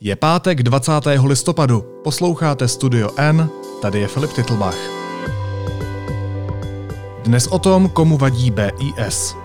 Je pátek 20. listopadu. Posloucháte Studio N, tady je Filip Titlbach. Dnes o tom, komu vadí BIS.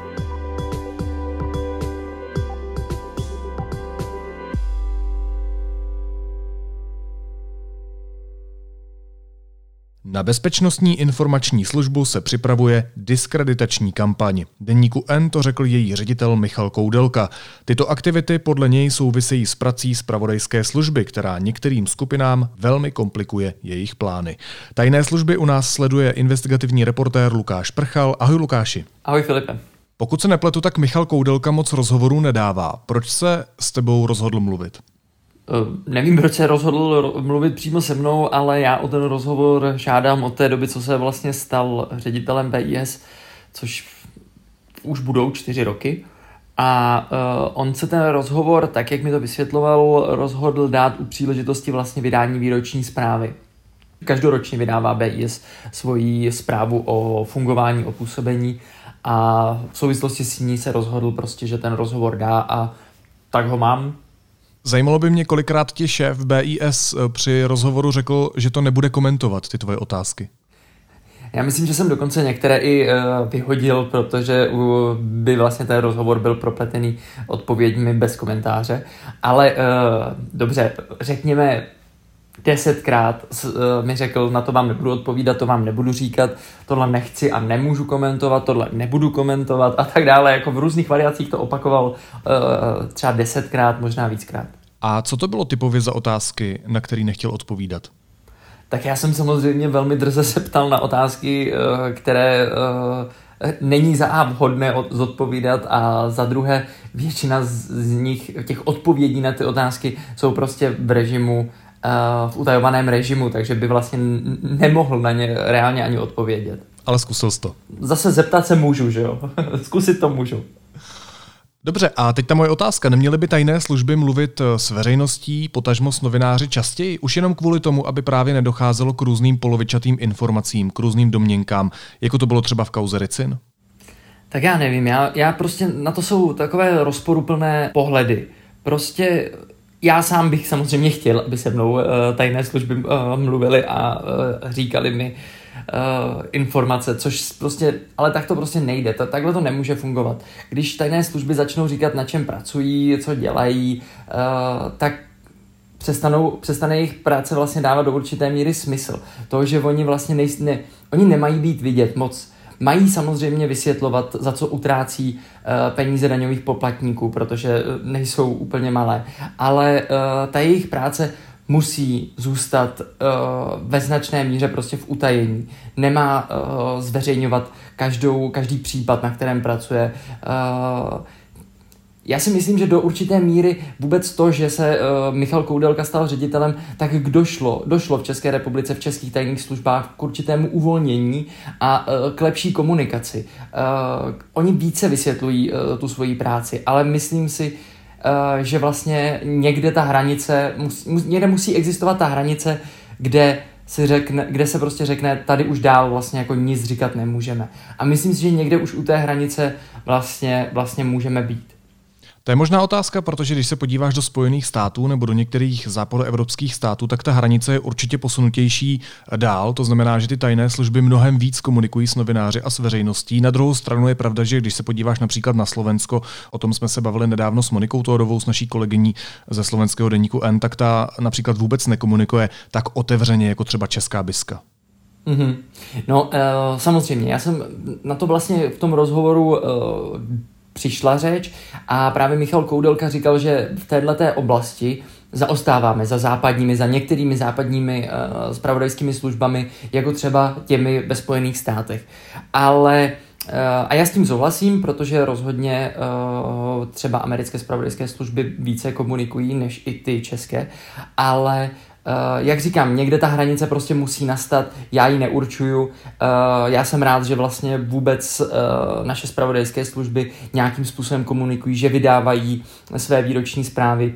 Na Bezpečnostní informační službu se připravuje diskreditační kampaň. Deníku N to řekl její ředitel Michal Koudelka. Tyto aktivity podle něj souvisejí s prací zpravodajské služby, která některým skupinám velmi komplikuje jejich plány. Tajné služby u nás sleduje investigativní reportér Lukáš Prchal. Ahoj Lukáši. Ahoj Filipe. Pokud se nepletu, tak Michal Koudelka moc rozhovorů nedává. Proč se s tebou rozhodl mluvit? Nevím, proč se rozhodl mluvit přímo se mnou, ale já o ten rozhovor žádám od té doby, co se vlastně stal ředitelem BIS, což už budou 4 roky. A on se ten rozhovor, tak jak mi to vysvětloval, rozhodl dát u příležitosti vlastně vydání výroční zprávy. Každoročně vydává BIS svoji zprávu o fungování, o působení a v souvislosti s ní se rozhodl prostě, že ten rozhovor dá a tak ho mám. Zajímalo by mě, kolikrát ti šéf BIS při rozhovoru řekl, že to nebude komentovat, ty tvoje otázky. Já myslím, že jsem dokonce některé i vyhodil, protože by vlastně ten rozhovor byl propletený odpověďmi bez komentáře. Ale dobře, řekněme 10krát mi řekl, na to vám nebudu odpovídat, to vám nebudu říkat, tohle nechci a nemůžu komentovat, tohle nebudu komentovat a tak dále. Jako v různých variacích to opakoval třeba 10krát, možná víckrát. A co to bylo typově za otázky, na které nechtěl odpovídat? Tak já jsem samozřejmě velmi drze se ptal na otázky, které není za A vhodné zodpovídat a za druhé většina z nich, těch odpovědí na ty otázky jsou prostě v režimu, v utajovaném režimu, takže by vlastně nemohl na ně reálně ani odpovědět. Ale zkusil jsi to. Zase zeptat se můžu, že jo? Zkusit to můžu. Dobře, a teď ta moje otázka. Neměly by tajné služby mluvit s veřejností, potažmo s novináři častěji? Už jenom kvůli tomu, aby právě nedocházelo k různým polovičatým informacím, k různým domněnkám, jako to bylo třeba v kauze Ricin? Tak já nevím, já prostě na to jsou takové rozporuplné pohledy. Prostě já sám bych samozřejmě chtěl, aby se mnou tajné služby mluvily a říkali mi informace, což prostě, ale tak to prostě nejde, takhle to nemůže fungovat. Když tajné služby začnou říkat, na čem pracují, co dělají, tak přestane jejich práce vlastně dávat do určité míry smysl. To, že oni vlastně oni nemají být vidět moc. Mají samozřejmě vysvětlovat, za co utrácí peníze daňových poplatníků, protože nejsou úplně malé, ale ta jejich práce musí zůstat ve značné míře prostě v utajení. Nemá zveřejňovat každý případ, na kterém pracuje. Já si myslím, že do určité míry vůbec to, že se Michal Koudelka stal ředitelem, tak došlo v České republice, v českých tajných službách k určitému uvolnění a k lepší komunikaci. Oni více vysvětlují tu svoji práci, ale myslím si, že vlastně někde ta hranice, někde musí existovat ta hranice, kde se prostě řekne, tady už dál vlastně jako nic říkat nemůžeme. A myslím si, že někde už u té hranice vlastně můžeme být. To je možná otázka, protože když se podíváš do Spojených států nebo do některých západoevropských států, tak ta hranice je určitě posunutější dál. To znamená, že ty tajné služby mnohem víc komunikují s novináři a s veřejností. Na druhou stranu je pravda, že když se podíváš například na Slovensko, o tom jsme se bavili nedávno s Monikou Tórovou, s naší kolegyní ze slovenského deníku N, tak ta například vůbec nekomunikuje tak otevřeně jako třeba česká BISka. Mm-hmm. No, samozřejmě. Já jsem na to vlastně v tom rozhovoru přišla řeč a právě Michal Koudelka říkal, že v téhleté oblasti zaostáváme za některými západními zpravodajskými službami, jako třeba těmi ve Spojených státech. Ale a já s tím souhlasím, protože rozhodně třeba americké zpravodajské služby více komunikují než i ty české, ale jak říkám, někde ta hranice prostě musí nastat, já ji neurčuju. Já jsem rád, že vlastně vůbec naše zpravodajské služby nějakým způsobem komunikují, že vydávají své výroční zprávy,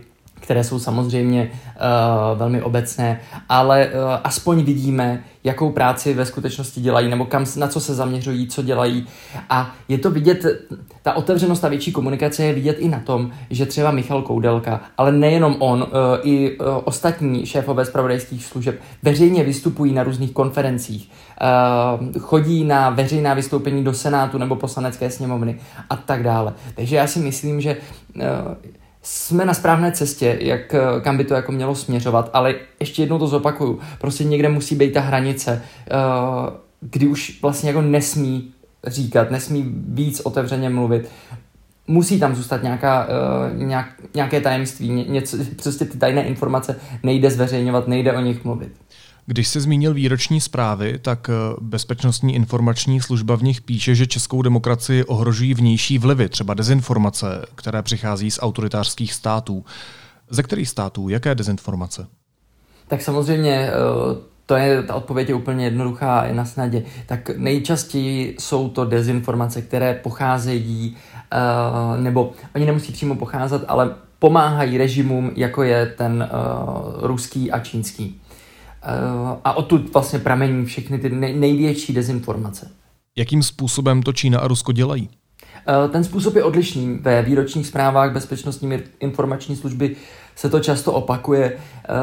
které jsou samozřejmě velmi obecné, ale aspoň vidíme, jakou práci ve skutečnosti dělají, nebo na co se zaměřují, co dělají. A je to vidět, ta otevřenost a větší komunikace je vidět i na tom, že třeba Michal Koudelka, ale nejenom on, i ostatní šéfové zpravodajských služeb veřejně vystupují na různých konferencích, chodí na veřejná vystoupení do Senátu nebo Poslanecké sněmovny a tak dále. Takže já si myslím, že jsme na správné cestě, kam by to jako mělo směřovat, ale ještě jednou to zopakuju. Prostě někde musí být ta hranice, kdy už vlastně jako nesmí říkat, nesmí víc otevřeně mluvit. Musí tam zůstat nějaké tajemství, prostě ty tajné informace nejde zveřejňovat, nejde o nich mluvit. Když se zmínil výroční zprávy, tak Bezpečnostní informační služba v nich píše, že českou demokracii ohrožují vnější vlivy, třeba dezinformace, které přichází z autoritářských států. Ze kterých států? Jaké dezinformace? Tak samozřejmě ta odpověď je úplně jednoduchá a je na snadě. Tak nejčastěji jsou to dezinformace, které pocházejí, nebo oni nemusí přímo pocházet, ale pomáhají režimům, jako je ten ruský a čínský. A odtud vlastně pramení všechny ty největší dezinformace. Jakým způsobem to Čína a Rusko dělají? Ten způsob je odlišný. Ve výročních zprávách Bezpečnostní informační služby se to často opakuje.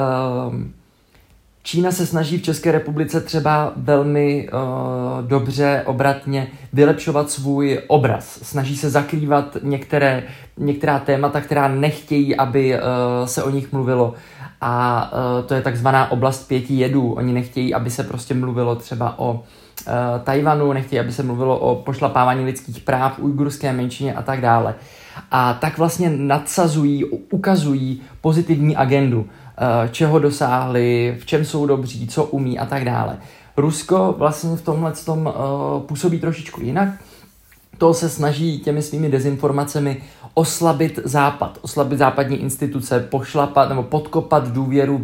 Čína se snaží v České republice třeba velmi dobře, obratně vylepšovat svůj obraz. Snaží se zakrývat některá témata, která nechtějí, aby se o nich mluvilo. A to je takzvaná oblast 5 jedů. Oni nechtějí, aby se prostě mluvilo třeba o Tajvanu, nechtějí, aby se mluvilo o pošlapávání lidských práv, ujgurské menšině a tak dále. A tak vlastně nadsazují, ukazují pozitivní agendu, čeho dosáhli, v čem jsou dobří, co umí a tak dále. Rusko vlastně v tomhletom působí trošičku jinak. To se snaží těmi svými dezinformacemi oslabit Západ, oslabit západní instituce, pošlapat nebo podkopat důvěru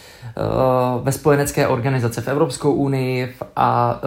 ve spojenecké organizace, v Evropskou unii a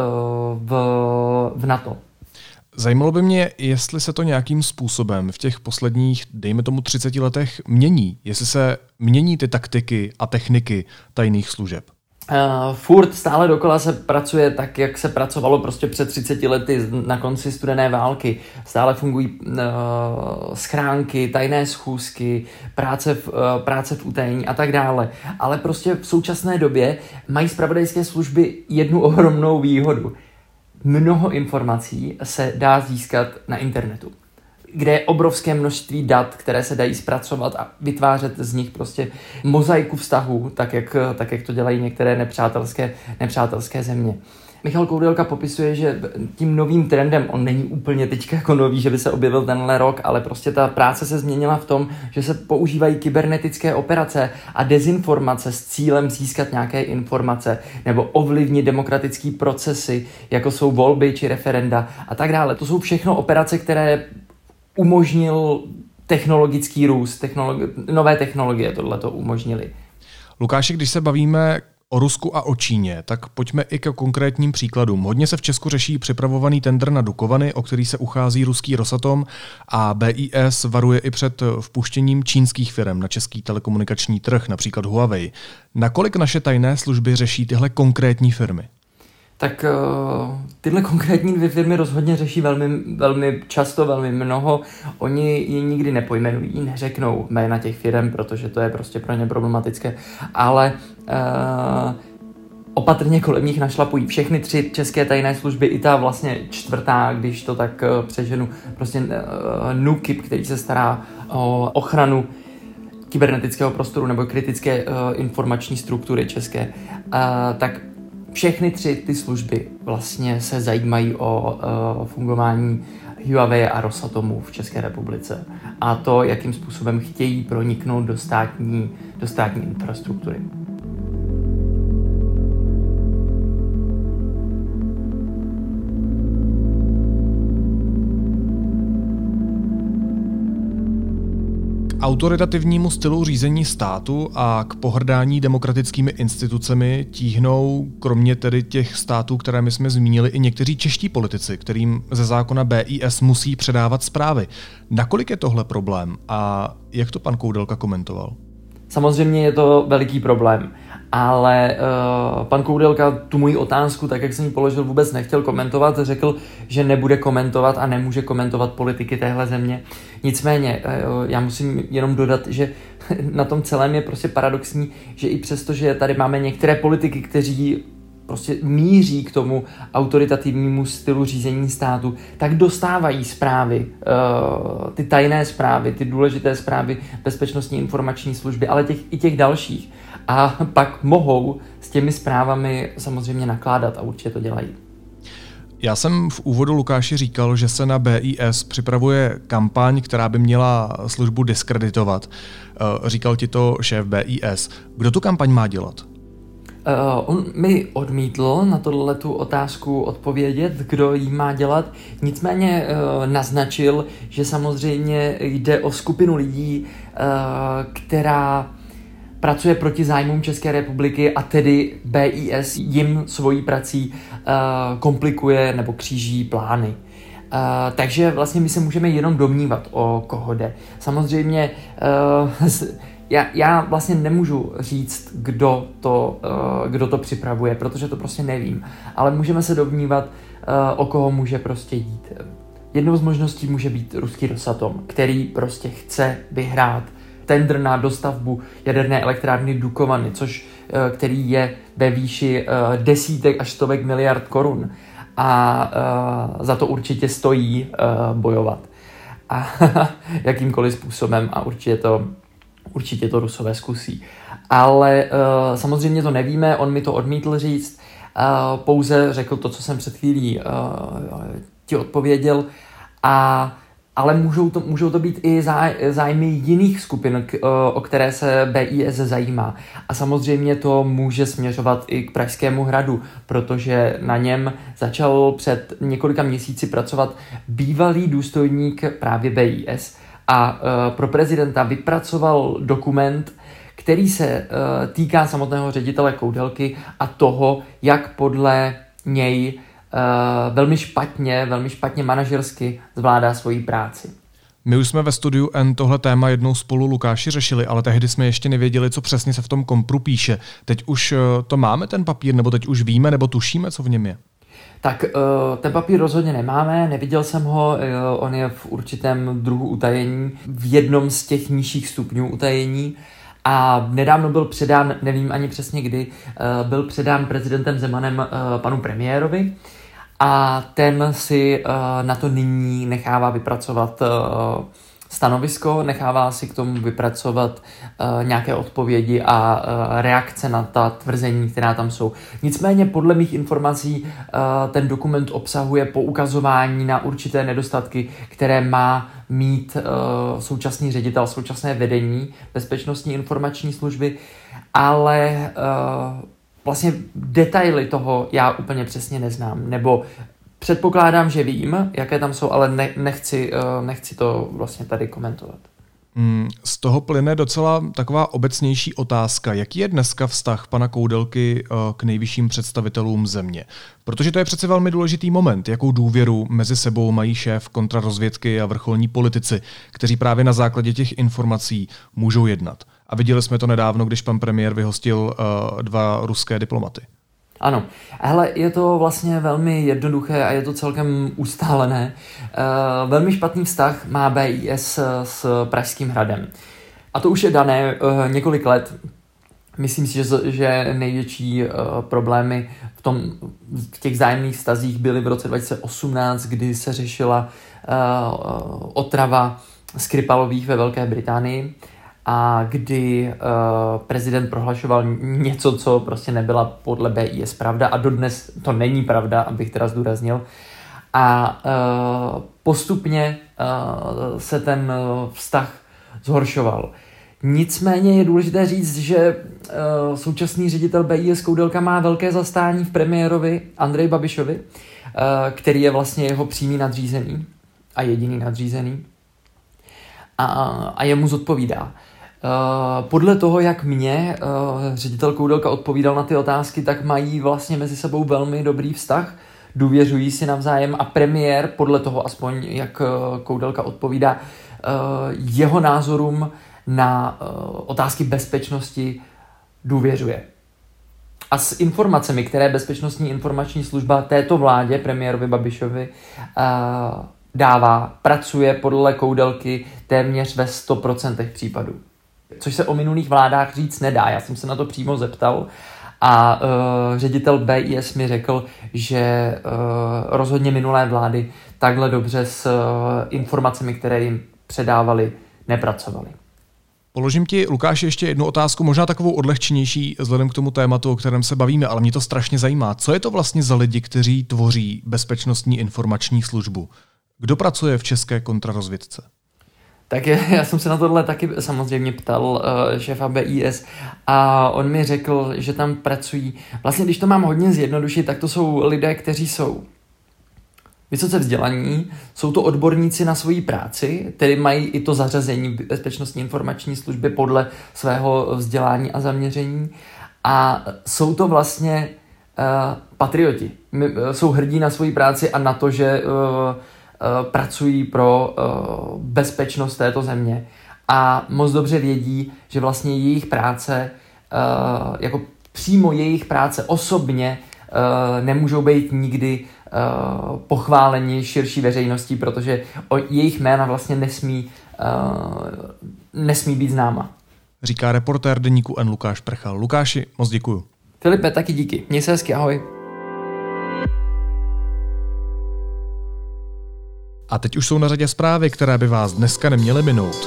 v NATO. Zajímalo by mě, jestli se to nějakým způsobem v těch posledních, dejme tomu 30 letech mění, jestli se mění ty taktiky a techniky tajných služeb. Furt stále dokola se pracuje tak, jak se pracovalo prostě před 30 lety na konci studené války. Stále fungují schránky, tajné schůzky, práce v utajení a tak dále. Ale prostě v současné době mají zpravodajské služby jednu ohromnou výhodu. Mnoho informací se dá získat na internetu, kde je obrovské množství dat, které se dají zpracovat a vytvářet z nich prostě mozaiku vztahů, tak jak to dělají některé nepřátelské země. Michal Koudelka popisuje, že tím novým trendem, on není úplně teďka jako nový, že by se objevil tenhle rok, ale prostě ta práce se změnila v tom, že se používají kybernetické operace a dezinformace s cílem získat nějaké informace nebo ovlivnit demokratické procesy, jako jsou volby či referenda a tak dále. To jsou všechno operace, které umožnil technologický růst, nové technologie tohleto umožnili. Lukáši, když se bavíme o Rusku a o Číně, tak pojďme i k konkrétním příkladům. Hodně se v Česku řeší připravovaný tendr na Dukovany, o který se uchází ruský Rosatom, a BIS varuje i před vpuštěním čínských firm na český telekomunikační trh, například Huawei. Nakolik naše tajné služby řeší tyhle konkrétní firmy? Tak tyhle konkrétní 2 firmy rozhodně řeší velmi často, velmi mnoho. Oni ji nikdy nepojmenují, neřeknou jména těch firm, protože to je prostě pro ně problematické, ale opatrně kolem nich našlapují všechny 3 české tajné služby, i ta vlastně 4., když to tak přeženu, prostě NÚKIB, který se stará o ochranu kybernetického prostoru nebo kritické informační struktury české, tak všechny 3 ty služby vlastně se zajímají o fungování Huawei a Rosatomu v České republice a to, jakým způsobem chtějí proniknout do státní infrastruktury. Autoritativnímu stylu řízení státu a k pohrdání demokratickými institucemi tíhnou, kromě tedy těch států, které my jsme zmínili, i někteří čeští politici, kterým ze zákona BIS musí předávat zprávy. Nakolik je tohle problém a jak to pan Koudelka komentoval? samozřejmě je to veliký problém. Ale pan Koudelka tu moji otázku, tak jak jsem ji položil, vůbec nechtěl komentovat. Řekl, že nebude komentovat a nemůže komentovat politiky téhle země. Nicméně, já musím jenom dodat, že na tom celém je prostě paradoxní, že i přesto, že tady máme některé politiky, kteří prostě míří k tomu autoritativnímu stylu řízení státu, tak dostávají zprávy, ty tajné zprávy, ty důležité zprávy bezpečnostní informační služby, ale těch dalších. A pak mohou s těmi zprávami samozřejmě nakládat a určitě to dělají. Já jsem v úvodu, Lukáši, říkal, že se na BIS připravuje kampaň, která by měla službu diskreditovat. Říkal ti to šéf BIS. Kdo tu kampaň má dělat? On mi odmítl na tu otázku odpovědět, kdo jí má dělat, nicméně naznačil, že samozřejmě jde o skupinu lidí, která pracuje proti zájmům České republiky a tedy BIS jim svojí prací komplikuje nebo kříží plány. Takže vlastně my se můžeme jenom domnívat, o koho jde. Samozřejmě já vlastně nemůžu říct, kdo to připravuje, protože to prostě nevím. Ale můžeme se domnívat, o koho může prostě jít. Jednou z možností může být ruský Rosatom, který prostě chce vyhrát tendr na dostavbu jaderné elektrárny Dukovany, který je ve výši desítek až stovek miliard korun. A za to určitě stojí bojovat. A jakýmkoliv způsobem a určitě to Rusové zkusí. Ale samozřejmě to nevíme, on mi to odmítl říct, pouze řekl to, co jsem před chvílí ti odpověděl, ale můžou to být i zájmy jiných skupin, o které se BIS zajímá. A samozřejmě to může směřovat i k Pražskému hradu, protože na něm začal před několika měsíci pracovat bývalý důstojník právě BIS a pro prezidenta vypracoval dokument, který se týká samotného ředitele Koudelky a toho, jak podle něj velmi špatně manažersky zvládá svoji práci. My už jsme ve studiu N tohle téma jednou spolu, Lukáši, řešili, ale tehdy jsme ještě nevěděli, co přesně se v tom kompru píše. Teď už to máme, ten papír, nebo teď už víme, nebo tušíme, co v něm je? Tak ten papír rozhodně nemáme, neviděl jsem ho, on je v určitém druhu utajení, v jednom z těch nižších stupňů utajení. A nedávno byl předán, nevím ani přesně kdy, byl předán prezidentem Zemanem panu premiérovi a ten si na to nyní nechává vypracovat stanovisko, nechává si k tomu vypracovat nějaké odpovědi a reakce na ta tvrzení, která tam jsou. Nicméně podle mých informací ten dokument obsahuje poukazování na určité nedostatky, které má mít současný ředitel, současné vedení Bezpečnostní informační služby, ale vlastně detaily toho já úplně přesně neznám, nebo předpokládám, že vím, jaké tam jsou, ale nechci to vlastně tady komentovat. Z toho plyne docela taková obecnější otázka. Jaký je dneska vztah pana Koudelky k nejvyšším představitelům země? Protože to je přece velmi důležitý moment, jakou důvěru mezi sebou mají šéf kontrarozvědky a vrcholní politici, kteří právě na základě těch informací můžou jednat. A viděli jsme to nedávno, když pan premiér vyhostil 2 ruské diplomaty. Ano, hele, je to vlastně velmi jednoduché a je to celkem ustálené. Velmi špatný vztah má BIS s Pražským hradem. A to už je dané několik let. Myslím si, že největší problémy v těch vzájemných vztazích byly v roce 2018, kdy se řešila otrava Skripalových ve Velké Británii a kdy prezident prohlašoval něco, co prostě nebyla podle BIS pravda a dodnes to není pravda, abych teda zdůraznil. A postupně se ten vztah zhoršoval. Nicméně je důležité říct, že současný ředitel BIS Koudelka má velké zastání v premiérovi Andreji Babišovi, který je vlastně jeho přímý nadřízený a jediný nadřízený a jemu zodpovídá. Podle toho, jak mě ředitel Koudelka odpovídal na ty otázky, tak mají vlastně mezi sebou velmi dobrý vztah, důvěřují si navzájem a premiér, podle toho aspoň, jak Koudelka odpovídá, jeho názorům na otázky bezpečnosti důvěřuje. A s informacemi, které Bezpečnostní informační služba této vládě, premiérovi Babišovi, dává, pracuje podle koudelky téměř ve 100% případů. Což se o minulých vládách říct nedá. Já jsem se na to přímo zeptal a ředitel BIS mi řekl, že rozhodně minulé vlády takhle dobře s informacemi, které jim předávali, nepracovali. Položím ti, Lukáši, ještě jednu otázku, možná takovou odlehčenější vzhledem k tomu tématu, o kterém se bavíme, ale mě to strašně zajímá. Co je to vlastně za lidi, kteří tvoří Bezpečnostní informační službu? Kdo pracuje v české kontrarozvědce? Tak já jsem se na tohle taky samozřejmě ptal šéfa BIS a on mi řekl, že tam pracují, vlastně když to mám hodně zjednodušit, tak to jsou lidé, kteří jsou vysoce vzdělaní, jsou to odborníci na svoji práci, tedy mají i to zařazení Bezpečnostní informační služby podle svého vzdělání a zaměření a jsou to vlastně patrioti. Jsou hrdí na svoji práci a na to, že pracují pro bezpečnost této země a moc dobře vědí, že vlastně jejich práce, jako přímo jejich práce osobně nemůžou být nikdy pochváleni širší veřejností, protože jejich jména vlastně nesmí být známa. Říká reportér deníku N. Lukáš Prchal. Lukáši, moc děkuju. Filipe, taky díky. Měj se hezky, ahoj. A teď už jsou na řadě zprávy, které by vás dneska neměly minout.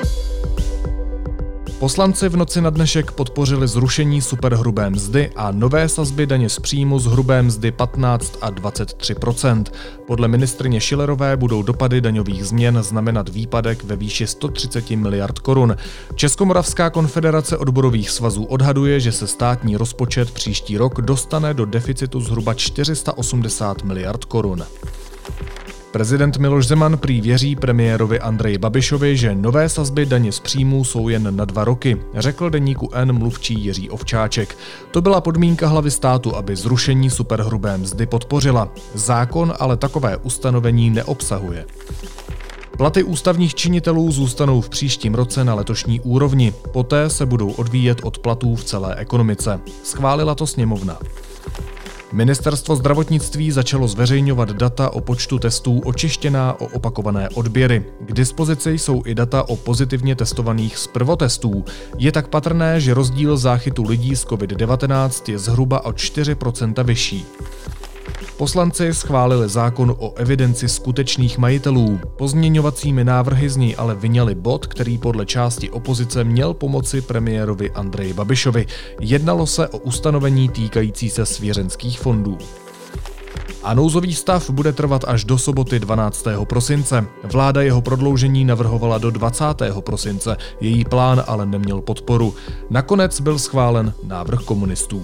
Poslanci v noci na dnešek podpořili zrušení superhrubé mzdy a nové sazby daně z příjmu z hrubé mzdy 15 a 23%. Podle ministryně Schillerové budou dopady daňových změn znamenat výpadek ve výši 130 miliard korun. Českomoravská konfederace odborových svazů odhaduje, že se státní rozpočet příští rok dostane do deficitu zhruba 480 miliard korun. Prezident Miloš Zeman prý věří premiérovi Andreji Babišovi, že nové sazby daně z příjmů jsou jen na 2 roky, řekl deníku N mluvčí Jiří Ovčáček. To byla podmínka hlavy státu, aby zrušení superhrubé mzdy podpořila. Zákon ale takové ustanovení neobsahuje. Platy ústavních činitelů zůstanou v příštím roce na letošní úrovni, poté se budou odvíjet od platů v celé ekonomice. Schválila to sněmovna. Ministerstvo zdravotnictví začalo zveřejňovat data o počtu testů očištěná o opakované odběry. K dispozici jsou i data o pozitivně testovaných z prvotestů. Je tak patrné, že rozdíl záchytu lidí s COVID-19 je zhruba o 4% vyšší. Poslanci schválili zákon o evidenci skutečných majitelů. Pozměňovacími návrhy z něj ale vyňali bod, který podle části opozice měl pomoci premiérovi Andreji Babišovi. Jednalo se o ustanovení týkající se svěřenských fondů. A nouzový stav bude trvat až do soboty 12. prosince. Vláda jeho prodloužení navrhovala do 20. prosince, její plán ale neměl podporu. Nakonec byl schválen návrh komunistů.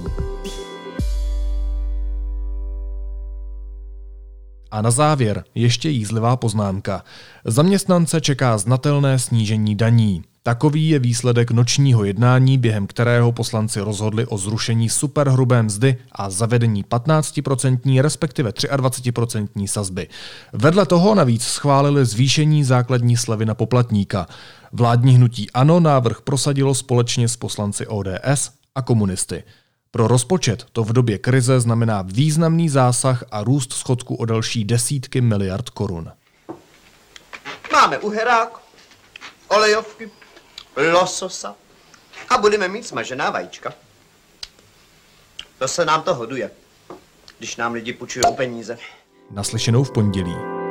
A na závěr ještě jízlivá poznámka. Zaměstnance čeká znatelné snížení daní. Takový je výsledek nočního jednání, během kterého poslanci rozhodli o zrušení superhrubé mzdy a zavedení 15%, respektive 23% sazby. Vedle toho navíc schválili zvýšení základní slevy na poplatníka. Vládní hnutí ANO návrh prosadilo společně s poslanci ODS a komunisty. Pro rozpočet to v době krize znamená významný zásah a růst schodku o další desítky miliard korun. Máme uherák, olejovky, lososa a budeme mít smažená vajíčka. To se nám to hoduje, když nám lidi půjčují peníze. Naslyšenou v pondělí.